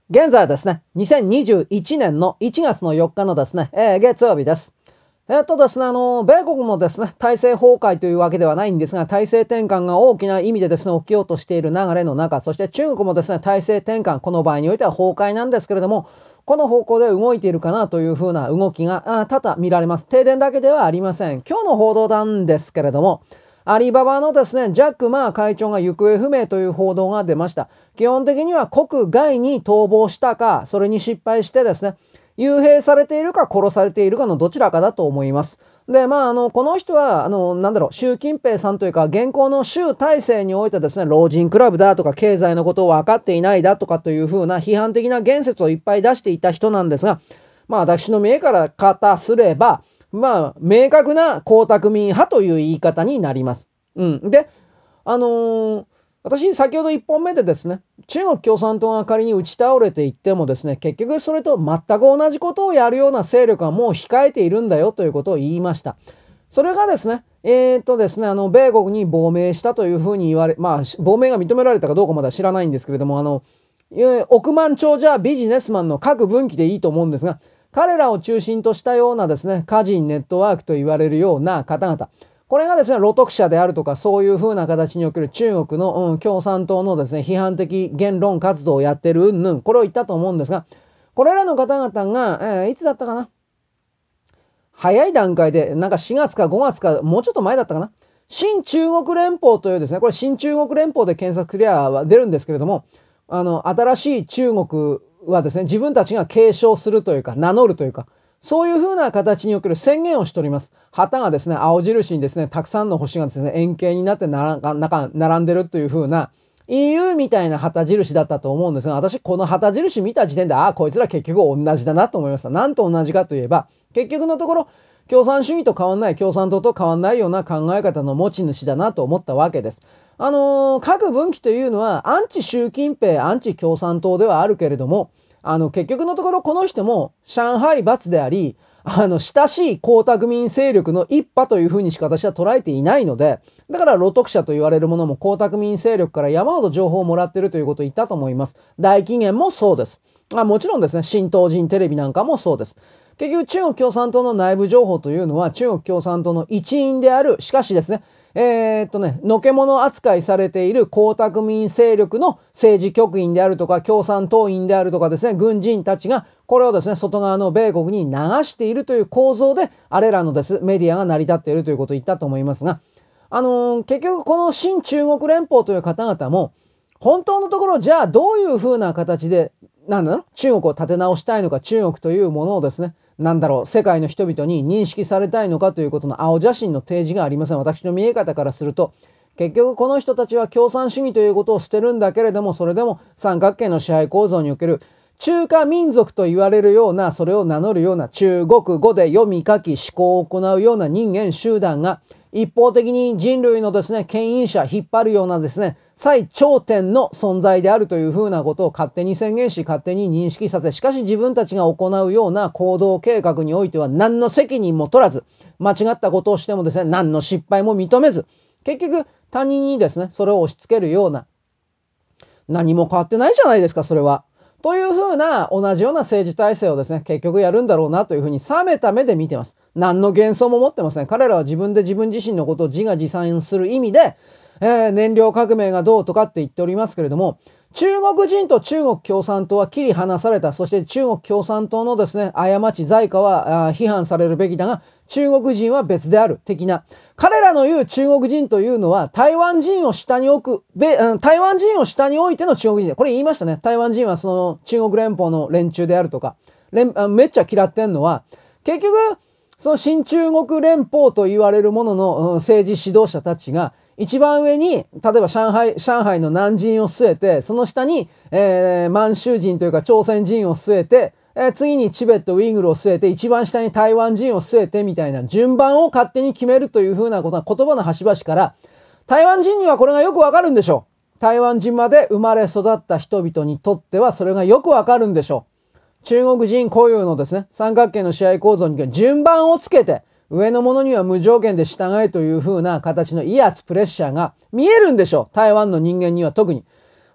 現在はですね、2021年の1月の4日のですね、月曜日です。ですね、米国もですね、体制崩壊というわけではないんですが、体制転換が大きな意味でですね、起きようとしている流れの中、そして中国もですね、体制転換、この場合においては崩壊なんですけれども、この方向で動いているかなというふうな動きが多々見られます。停電だけではありません。今日の報道なんですけれども、アリババのですね、ジャック・マー会長が行方不明という報道が出ました。基本的には国外に逃亡したか、それに失敗してですね、幽閉されているか殺されているかのどちらかだと思います。で、この人は、習近平さんというか、現行の習体制においてですね、老人クラブだとか、経済のことを分かっていないだとかというふうな批判的な言説をいっぱい出していた人なんですが、私の見え方すれば、明確な江沢民派という言い方になります。で、あのー私、先ほど1本目でですね、中国共産党が仮に打ち倒れていってもですね、結局それと全く同じことをやるような勢力がもう控えているんだよということを言いました。それがですね、ですね、米国に亡命したというふうに言われ、亡命が認められたかどうかまだ知らないんですけれども、億万長者ビジネスマンの各分岐でいいと思うんですが、彼らを中心としたようなですね、個人ネットワークと言われるような方々、これがですね、露徳者であるとか、そういう風な形における中国の、共産党のですね、批判的言論活動をやってる云々、これを言ったと思うんですが、これらの方々が、いつだったかな、早い段階で、なんか4月か5月か、もうちょっと前だったかな、新中国連邦というですね、これ新中国連邦で検索すりゃ出るんですけれども、新しい中国はですね、自分たちが継承するというか、名乗るというか、そういう風な形における宣言をしております。旗がですね、青印にですね、たくさんの星がですね、円形になって並んでるという風な、EU みたいな旗印だったと思うんですが、私この旗印見た時点で、こいつら結局同じだなと思いました。なんと同じかといえば、結局のところ、共産主義と変わんない、共産党と変わんないような考え方の持ち主だなと思ったわけです。各分岐というのは、アンチ習近平、アンチ共産党ではあるけれども、結局のところこの人も上海閥であり、親しい江沢民勢力の一派というふうにしか私は捉えていないので、だから露徳者と言われるものも江沢民勢力から山ほど情報をもらっているということを言ったと思います。大紀元もそうです。もちろんですね、新東人テレビなんかもそうです。結局中国共産党の内部情報というのは中国共産党の一員である、しかしですね、のけ者扱いされている江沢民勢力の政治局員であるとか共産党員であるとかですね、軍人たちがこれをですね、外側の米国に流しているという構造で、あれらのですメディアが成り立っているということを言ったと思いますが、結局この新中国連邦という方々も、本当のところじゃあどういうふうな形で、中国を立て直したいのか、中国というものをですね、世界の人々に認識されたいのかということの青写真の提示がありません。私の見え方からすると、結局この人たちは共産主義ということを捨てるんだけれども、それでも三角形の支配構造における中華民族と言われるような、それを名乗るような中国語で読み書き思考を行うような人間集団が、一方的に人類のですね、牽引者、引っ張るようなですね、最頂点の存在であるというふうなことを勝手に宣言し、勝手に認識させ、しかし自分たちが行うような行動計画においては何の責任も取らず、間違ったことをしてもですね、何の失敗も認めず、結局他人にですね、それを押し付けるような、何も変わってないじゃないですか、それは。というふうな同じような政治体制をですね、結局やるんだろうなというふうに冷めた目で見てます。何の幻想も持ってません。彼らは自分で自分自身のことを自画自賛する意味で、燃料革命がどうとかって言っておりますけれども、中国人と中国共産党は切り離された。そして中国共産党のですね、過ち、罪過は批判されるべきだが、中国人は別である。的な。彼らの言う中国人というのは、台湾人を下に置く、台湾人を下に置いての中国人。これ言いましたね。台湾人はその中国連邦の連中であるとか、めっちゃ嫌ってんのは、結局、その新中国連邦と言われるものの政治指導者たちが、一番上に、例えば上海の南人を据えて、その下に、満州人というか朝鮮人を据えて、次にチベット、ウイグルを据えて、一番下に台湾人を据えてみたいな順番を勝手に決めるというふうなことは言葉の端々から、台湾人にはこれがよくわかるんでしょう。台湾人まで生まれ育った人々にとってはそれがよくわかるんでしょう。中国人固有のですね、三角形の支配構造に順番をつけて、上の者には無条件で従えという風な形の威圧、プレッシャーが見えるんでしょう。台湾の人間には特に。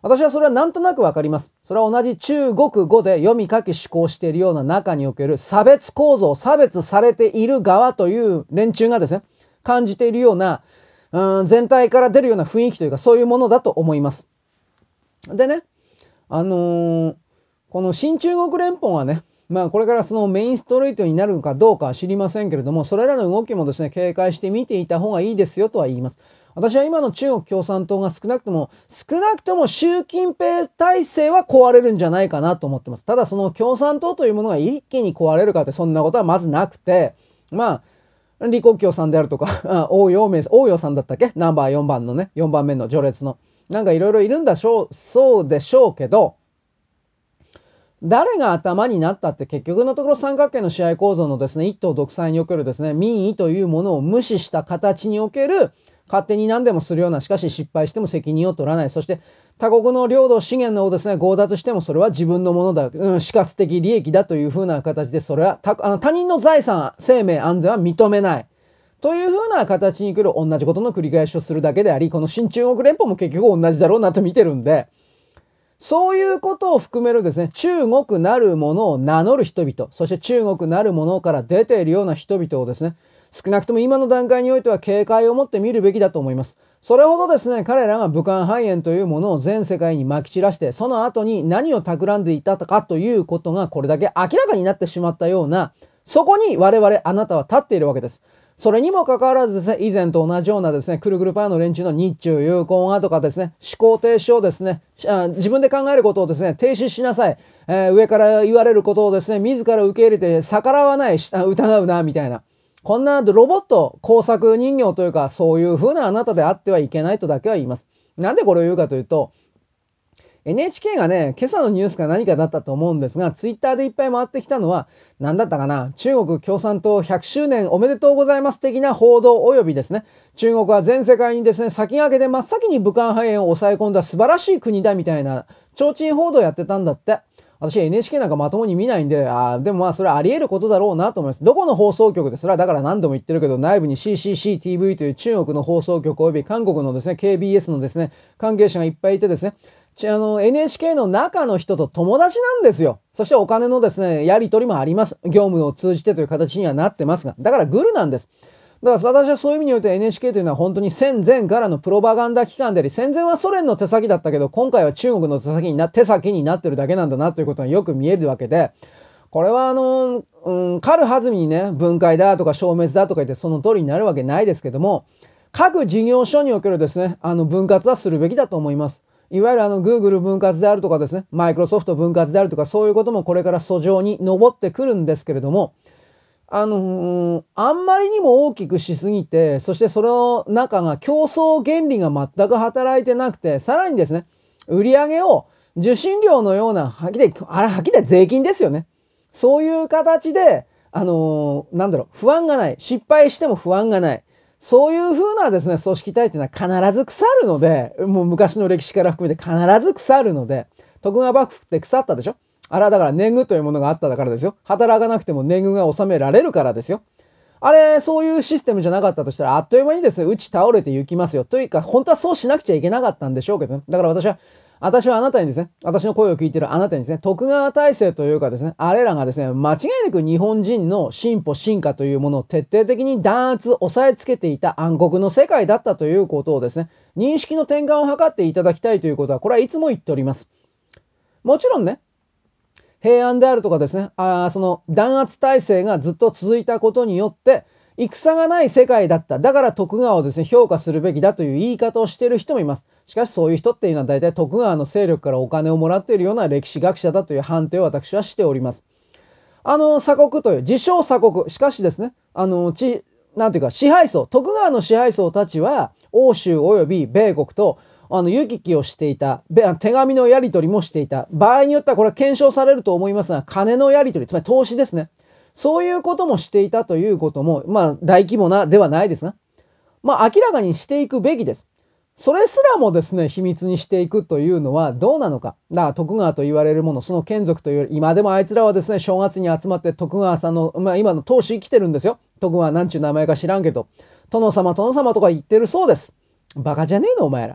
私はそれはなんとなくわかります。それは同じ中国語で読み書き思考しているような中における差別構造、差別されている側という連中がですね、感じているような、全体から出るような雰囲気というか、そういうものだと思います。でね、この新中国連邦はね、これからそのメインストリートになるのかどうかは知りませんけれども、それらの動きもですね、警戒して見ていた方がいいですよとは言います。私は今の中国共産党が少なくとも習近平体制は壊れるんじゃないかなと思ってます。ただその共産党というものが一気に壊れるかってそんなことはまずなくて、李克強さんであるとか、王陽さんだったっけ、ナンバー4番のね、4番目の序列の。なんかいろいろいるんだそうでしょうけど、誰が頭になったって結局のところ三角形の支配構造のですね、一党独裁におけるですね、民意というものを無視した形における、勝手に何でもするような、しかし失敗しても責任を取らない。そして他国の領土資源をですね、強奪してもそれは自分のものだ。死活的利益だというふうな形で、それは他人の財産、生命、安全は認めない。というふうな形に来る同じことの繰り返しをするだけであり、この新中国連邦も結局同じだろうなと見てるんで、そういうことを含めるですね、中国なるものを名乗る人々、そして中国なるものから出ているような人々をですね、少なくとも今の段階においては警戒を持って見るべきだと思います。それほどですね、彼らが武漢肺炎というものを全世界に撒き散らして、その後に何を企んでいたかということがこれだけ明らかになってしまったような、そこに我々あなたは立っているわけです。それにもかかわらずですね、以前と同じようなですね、くるくるパーの連中の日中友好がとかですね、思考停止をですね、自分で考えることをですね、停止しなさい。上から言われることをですね、自ら受け入れて逆らわない、疑うな、みたいな。こんなロボット、工作人形というか、そういう風なあなたであってはいけないとだけは言います。なんでこれを言うかというと、NHK がね、今朝のニュースか何かだったと思うんですが、ツイッターでいっぱい回ってきたのは、何だったかな、中国共産党100周年おめでとうございます的な報道及びですね、中国は全世界にですね、先駆けで真っ先に武漢肺炎を抑え込んだ素晴らしい国だみたいな、提灯報道やってたんだって。私 NHK なんかまともに見ないんで、でもそれはあり得ることだろうなと思います。どこの放送局で、それはだから何度も言ってるけど、内部に CCCTV という中国の放送局及び韓国のですね、KBS のですね、関係者がいっぱいいてですね、NHK の中の人と友達なんですよ。そしてお金のですね、やり取りもあります。業務を通じてという形にはなってますが。だからグルなんです。だから私はそういう意味において NHK というのは本当に戦前からのプロパガンダ機関であり、戦前はソ連の手先だったけど、今回は中国の手先になってるだけなんだなということがよく見えるわけで、これは軽はずみにね、分解だとか消滅だとか言ってその通りになるわけないですけども、各事業所におけるですね、分割はするべきだと思います。いわゆるGoogle 分割であるとかですね、マイクロソフト分割であるとか、そういうこともこれから訴状に上ってくるんですけれども、あんまりにも大きくしすぎて、そしてその中が競争原理が全く働いてなくて、さらにですね、売上を受信料のような、はっきり言税金ですよね。そういう形で、不安がない。失敗しても不安がない。そういう風なですね、組織体っていうのは必ず腐るので、もう昔の歴史から含めて必ず腐るので、徳川幕府って腐ったでしょ。あれはだから年貢というものがあっただからですよ。働かなくても年貢が納められるからですよ。あれ、そういうシステムじゃなかったとしたら、あっという間にですね、打ち倒れて行きますよ。というか、本当はそうしなくちゃいけなかったんでしょうけどね。だから私はあなたにですね、私の声を聞いているあなたにですね、徳川体制というかですね、あれらがですね、間違いなく日本人の進歩進化というものを徹底的に弾圧、押さえつけていた暗黒の世界だったということをですね、認識の転換を図っていただきたいということは、これはいつも言っております。もちろんね、平安であるとかですね、その弾圧体制がずっと続いたことによって、戦がない世界だった。だから徳川をですね、評価するべきだという言い方をしている人もいます。しかしそういう人っていうのは大体徳川の勢力からお金をもらっているような歴史学者だという判定を私はしております。鎖国という、自称鎖国。しかしですね、なんていうか支配層、徳川の支配層たちは、欧州及び米国と行き来をしていた、手紙のやり取りもしていた。場合によってはこれは検証されると思いますが、金のやり取り、つまり投資ですね。そういうこともしていたということも、大規模なではないですが、明らかにしていくべきです。それすらもですね、秘密にしていくというのはどうなのか。だから徳川と言われるもの、その眷属という、今でもあいつらはですね、正月に集まって徳川さんの、今の当主生きてるんですよ。徳川なんちゅう名前か知らんけど、殿様とか言ってるそうです。バカじゃねえのお前ら。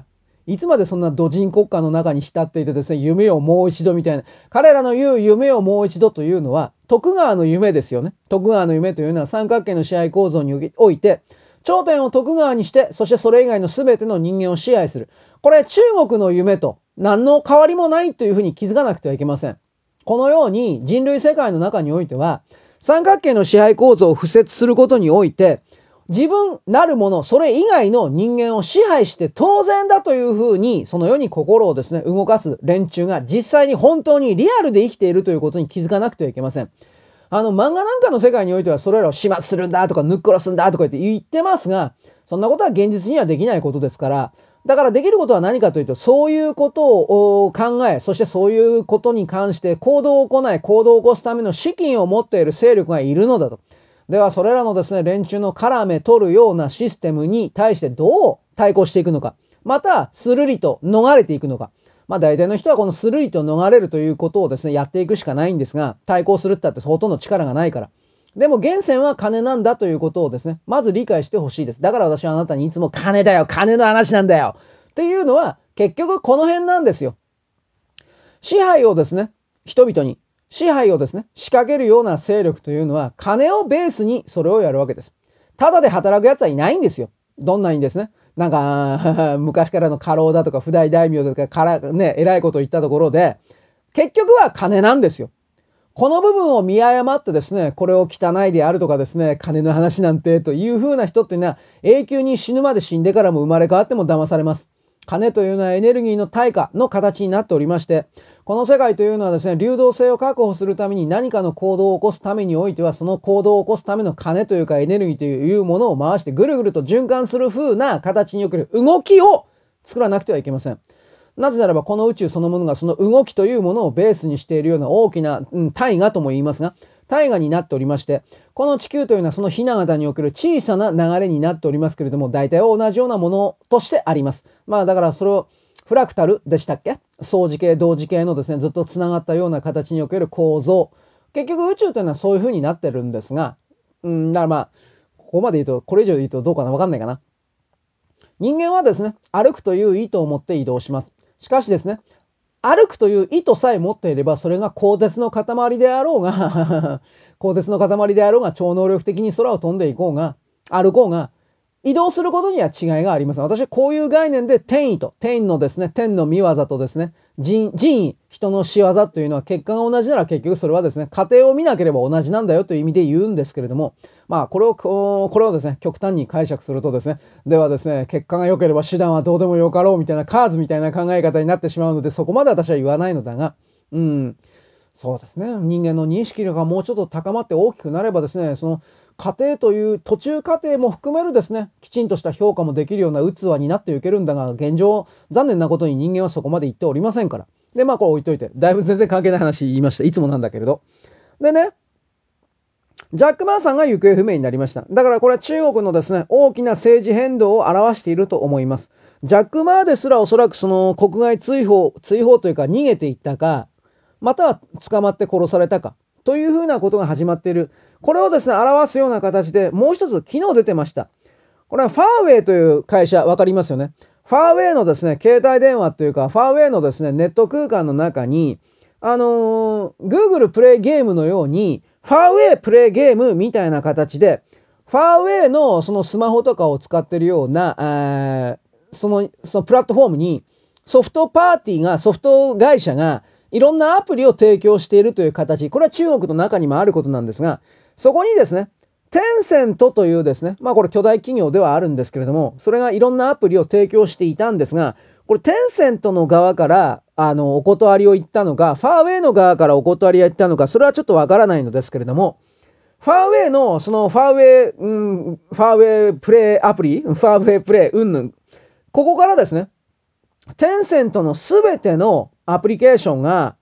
いつまでそんな土人国家の中に浸っていてですね、夢をもう一度みたいな。彼らの言う夢をもう一度というのは、徳川の夢ですよね。徳川の夢というのは三角形の支配構造において、頂点を徳川にして、そしてそれ以外の全ての人間を支配する。これ中国の夢と何の変わりもないというふうに気づかなくてはいけません。このように人類世界の中においては、三角形の支配構造を敷設することにおいて、自分なるもの、それ以外の人間を支配して当然だというふうに、その世に心をですね、動かす連中が実際に本当にリアルで生きているということに気づかなくてはいけません。漫画なんかの世界においてはそれらを始末するんだとか、ぬっ殺すんだとか言ってますが、そんなことは現実にはできないことですから、だからできることは何かというと、そういうことを考え、そしてそういうことに関して行動を行い、行動を起こすための資金を持っている勢力がいるのだと。では、それらのですね、連中の絡め取るようなシステムに対してどう対抗していくのか。また、スルリと逃れていくのか。大体の人はこのスルリと逃れるということをですね、やっていくしかないんですが、対抗するって言ってほとんど力がないから。でも源泉は金なんだということをですね、まず理解してほしいです。だから私はあなたにいつも金だよ、金の話なんだよっていうのは結局この辺なんですよ。支配をですね、人々に支配をですね、仕掛けるような勢力というのは金をベースにそれをやるわけです。ただで働く奴はいないんですよ。どんなにですね、なんか昔からの家老だとか不代大名だとかね、偉いことを言ったところで、結局は金なんですよ。この部分を見誤ってですね、これを汚いであるとかですね、金の話なんてという風な人っていうのは永久に死ぬまで死んでからも生まれ変わっても騙されます。金というのはエネルギーの対価の形になっておりまして、この世界というのはですね、流動性を確保するために何かの行動を起こすためにおいては、その行動を起こすための金というかエネルギーというものを回してぐるぐると循環する風な形における動きを作らなくてはいけません。なぜならばこの宇宙そのものがその動きというものをベースにしているような大きな、大河とも言いますが、大河になっておりまして、この地球というのはそのひな形における小さな流れになっておりますけれども、大体は同じようなものとしてあります。だからそれをフラクタルでしたっけ、相似形、同時形のですね、ずっとつながったような形における構造。結局宇宙というのはそういう風になってるんですが、だからここまで言うと、これ以上言うとどうかな、わかんないかな。人間はですね、歩くという意図を持って移動します。しかしですね、歩くという意図さえ持っていれば、それが鋼鉄の塊であろうが鋼鉄の塊であろうが、超能力的に空を飛んでいこうが、歩こうが、移動することには違いがあります。私はこういう概念で天意と、天のですね、天の見業とですね、人意、人の仕業というのは結果が同じなら結局それはですね、過程を見なければ同じなんだよという意味で言うんですけれども、これをですね、極端に解釈するとですね、ではですね、結果が良ければ手段はどうでもよかろうみたいなカーズみたいな考え方になってしまうので、そこまで私は言わないのだが、そうですね。人間の認識力がもうちょっと高まって大きくなればですね、その過程という途中過程も含めるですね、きちんとした評価もできるような器になっていけるんだが、現状、残念なことに人間はそこまで言っておりませんから。で、これ置いといて、だいぶ全然関係ない話言いました。いつもなんだけれど。でね、ジャック・マーさんが行方不明になりました。だからこれは中国のですね、大きな政治変動を表していると思います。ジャック・マーですらおそらくその国外追放というか逃げていったか、または捕まって殺されたか、というふうなことが始まっている。これをですね、表すような形で、もう一つ昨日出てました。これはファーウェイという会社、わかりますよね。ファーウェイのですね、携帯電話というか、ファーウェイのですね、ネット空間の中に、Google プレイゲームのように、ファーウェイプレイゲームみたいな形で、ファーウェイのそのスマホとかを使ってるような、そのプラットフォームに、ソフト会社が、いろんなアプリを提供しているという形。これは中国の中にもあることなんですが、そこにですね、テンセントというですね、これ巨大企業ではあるんですけれども、それがいろんなアプリを提供していたんですが、これテンセントの側から、お断りを言ったのか、ファーウェイの側からお断りを言ったのか、それはちょっとわからないのですけれども、ファーウェイの、そのファーウェイプレイアプリ、ファーウェイプレイ、ここからですね、テンセントのすべてのアプリケーションが、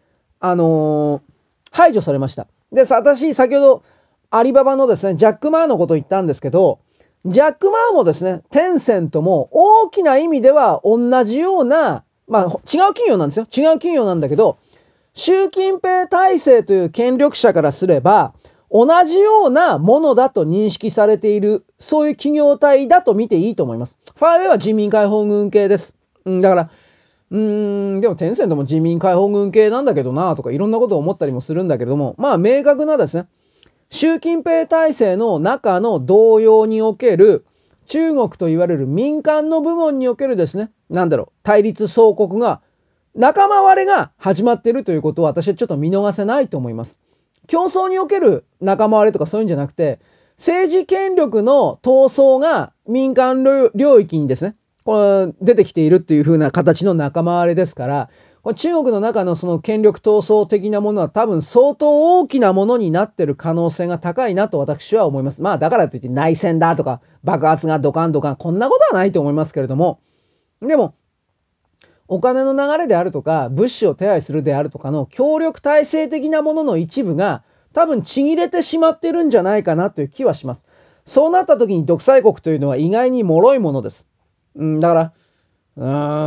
排除されました。で、私、先ほど、アリババのですね、ジャック・マーのことを言ったんですけど、ジャック・マーもですね、テンセントも大きな意味では同じような、違う企業なんですよ。違う企業なんだけど、習近平体制という権力者からすれば、同じようなものだと認識されている、そういう企業体だと見ていいと思います。ファーウェイは人民解放軍系です。 だから、でもテンセントも人民解放軍系なんだけどなとかいろんなことを思ったりもするんだけれども、まあ明確なですね、習近平体制の中の動揺における中国といわれる民間の部門におけるですね、対立相国が、仲間割れが始まっているということを私はちょっと見逃せないと思います。競争における仲間割れとかそういうんじゃなくて、政治権力の闘争が民間領域にですね、これ出てきているっていう風な形の仲間割れですから、これ中国の中のその権力闘争的なものは多分相当大きなものになっている可能性が高いなと私は思います。まあだからといって内戦だとか爆発がドカンドカンこんなことはないと思いますけれども、でもお金の流れであるとか物資を手配するであるとかの協力体制的なものの一部が多分ちぎれてしまってるんじゃないかなという気はします。そうなった時に独裁国というのは意外に脆いものです。だから、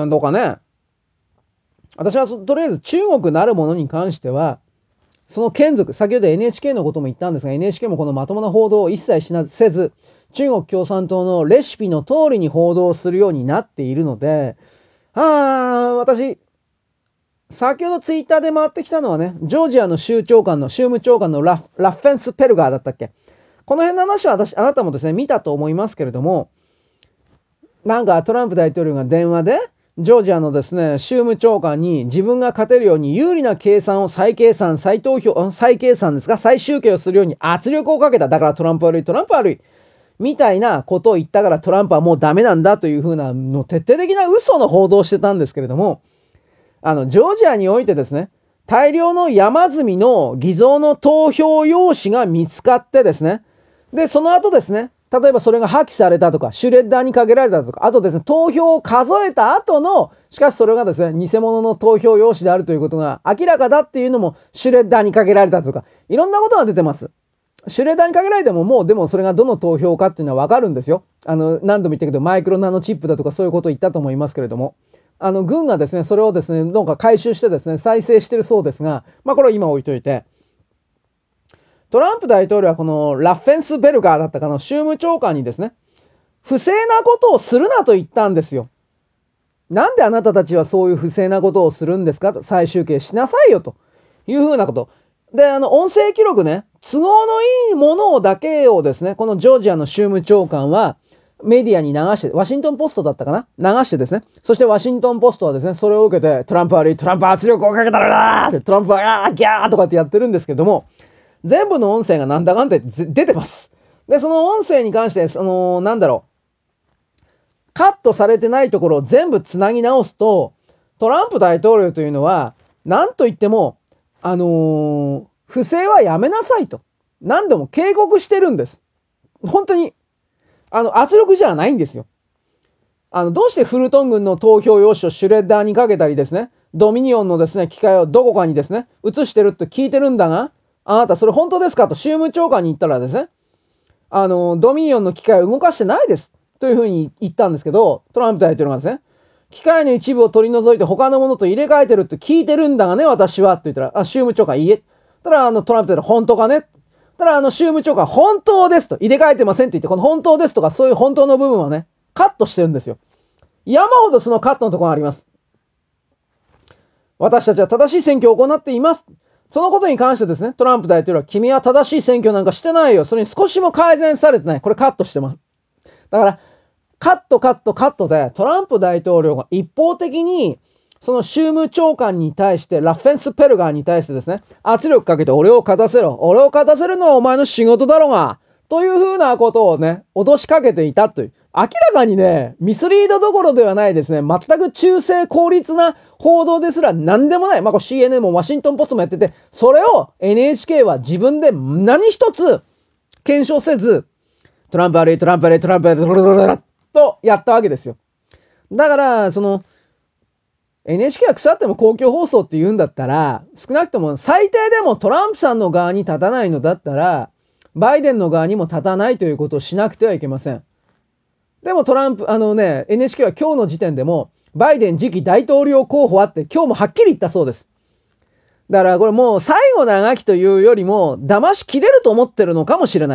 どうかね。私はとりあえず中国なるものに関しては、その眷属、先ほど NHK のことも言ったんですが、NHK もこのまともな報道を一切せず、中国共産党のレシピの通りに報道するようになっているので、私、先ほどツイッターで回ってきたのはね、ジョージアの州務長官のラッフェンスペルガーだったっけ。この辺の話はあなたもですね、見たと思いますけれども、なんかトランプ大統領が電話で、ジョージアのですね、州務長官に自分が勝てるように有利な計算を再計算ですか、再集計をするように圧力をかけた。だからトランプ悪い。みたいなことを言ったからトランプはもうダメなんだというふうなの徹底的な嘘の報道をしてたんですけれども、ジョージアにおいてですね、大量の山積みの偽造の投票用紙が見つかってですね、で、その後ですね、例えばそれが破棄されたとか、シュレッダーにかけられたとか、あとですね、投票を数えた後の、しかしそれがですね、偽物の投票用紙であるということが明らかだっていうのも、シュレッダーにかけられたとか、いろんなことが出てます。シュレッダーにかけられてももうでもそれがどの投票かっていうのはわかるんですよ。何度も言ったけど、マイクロナノチップだとかそういうことを言ったと思いますけれども。軍がですね、それをですね、なんか回収してですね、再生してるそうですが、まあこれは今置いといて、トランプ大統領はこのラッフェンスベルガーだったかの州務長官にですね、不正なことをするなと言ったんですよ。なんであなたたちはそういう不正なことをするんですかと、再集計しなさいよというふうなこと。で、音声記録ね、都合のいいものだけをですね、このジョージアの州務長官はメディアに流して、ワシントンポストだったかな、流してですね、そしてワシントンポストはですね、それを受けて、トランプ悪い、トランプ圧力をかけたらなーって、トランプはギャーとかってやってるんですけども、全部の音声がなんだかんだ出てます。で、その音声に関して、カットされてないところを全部つなぎ直すと、トランプ大統領というのは、何と言っても、不正はやめなさいと。何度も警告してるんです。本当に、圧力じゃないんですよ。どうしてフルトン軍の投票用紙をシュレッダーにかけたりですね、ドミニオンのですね、機械をどこかにですね、移してるって聞いてるんだが、あなたそれ本当ですかと州務長官に言ったらですね、ドミニオンの機械を動かしてないです。というふうに言ったんですけど、トランプ大統領がですね、機械の一部を取り除いて他のものと入れ替えてるって聞いてるんだがね、私は。って言ったら、州務長官いいえ。ただ、トランプ大統領本当かね。ただ、州務長官本当ですと。入れ替えてませんって言って、この本当ですとかそういう本当の部分はね、カットしてるんですよ。山ほどそのカットのところがあります。私たちは正しい選挙を行っています。そのことに関してですね、トランプ大統領は君は正しい選挙なんかしてないよ。それに少しも改善されてない。これカットしてます。だから、カットでトランプ大統領が一方的にその州務長官に対して、ラッフェンスペルガーに対してですね、圧力かけて俺を勝たせろ。俺を勝たせるのはお前の仕事だろうが。というふうなことをね、脅しかけていたという。明らかにね、ミスリードどころではないですね。全く中性効率な報道ですら何でもない。まあ、これ CNN もワシントンポストもやってて、それを NHK は自分で何一つ検証せず、トランプ悪い、とやったわけですよ。だから、NHK は腐っても公共放送って言うんだったら、少なくとも最低でもトランプさんの側に立たないのだったら、バイデンの側にも立たないということをしなくてはいけません。でもNHK は今日の時点でも、バイデン次期大統領候補はって今日もはっきり言ったそうです。だからこれもう最後長きというよりも、騙しきれると思ってるのかもしれない。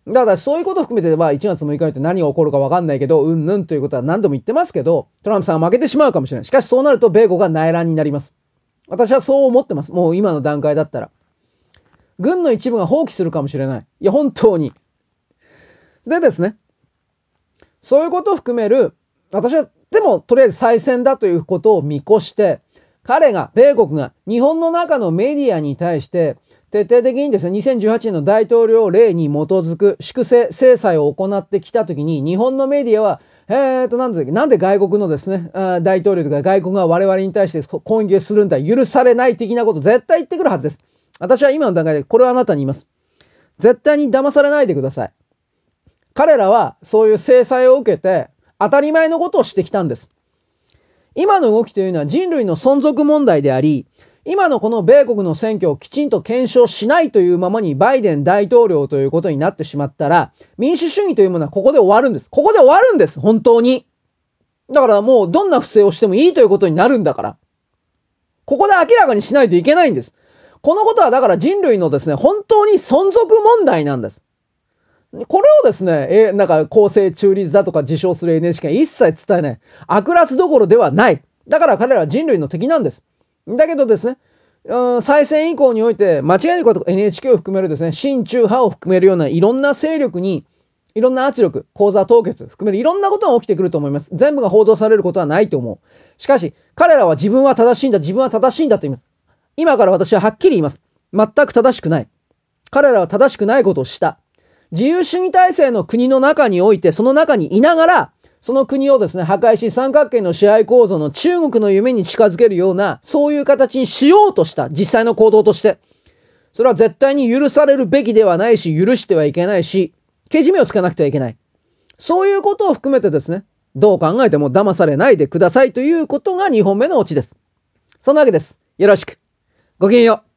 だからそういうことを含めて、1月6日にって何が起こるか分かんないけど、うんぬんということは何度も言ってますけど、トランプさんは負けてしまうかもしれない。しかしそうなると米国が内乱になります。私はそう思ってます。もう今の段階だったら。軍の一部が放棄するかもしれない。いや、本当に。でですね、そういうことを含める、私は、でも、とりあえず再選だということを見越して、米国が日本の中のメディアに対して、徹底的にですね、2018年の大統領令に基づく粛清、制裁を行ってきたときに、日本のメディアは、なんで外国のですね、大統領とか外国が我々に対して攻撃するんだ、許されない的なこと絶対言ってくるはずです。私は今の段階でこれはあなたに言います。絶対に騙されないでください。彼らはそういう制裁を受けて当たり前のことをしてきたんです。今の動きというのは人類の存続問題であり、今のこの米国の選挙をきちんと検証しないというままにバイデン大統領ということになってしまったら、民主主義というものはここで終わるんです。ここで終わるんです。本当に。だからもうどんな不正をしてもいいということになるんだから。ここで明らかにしないといけないんです。このことはだから人類のですね、本当に存続問題なんです。これをですね、なんか公正中立だとか自称する NHK は一切伝えない。悪辣どころではない。だから彼らは人類の敵なんです。だけどですね、再選以降において間違いなく NHK を含めるですね、親中派を含めるようないろんな勢力に、いろんな圧力、口座凍結含めるいろんなことが起きてくると思います。全部が報道されることはないと思う。しかし、彼らは自分は正しいんだ、自分は正しいんだと言います。今から私ははっきり言います。全く正しくない。彼らは正しくないことをした。自由主義体制の国の中において、その中にいながら、その国をですね、破壊し三角形の支配構造の中国の夢に近づけるような、そういう形にしようとした、実際の行動として。それは絶対に許されるべきではないし、許してはいけないし、けじめをつけなくてはいけない。そういうことを含めてですね、どう考えても騙されないでくださいということが2本目のオチです。そんなわけです。よろしく。ごきげんよう。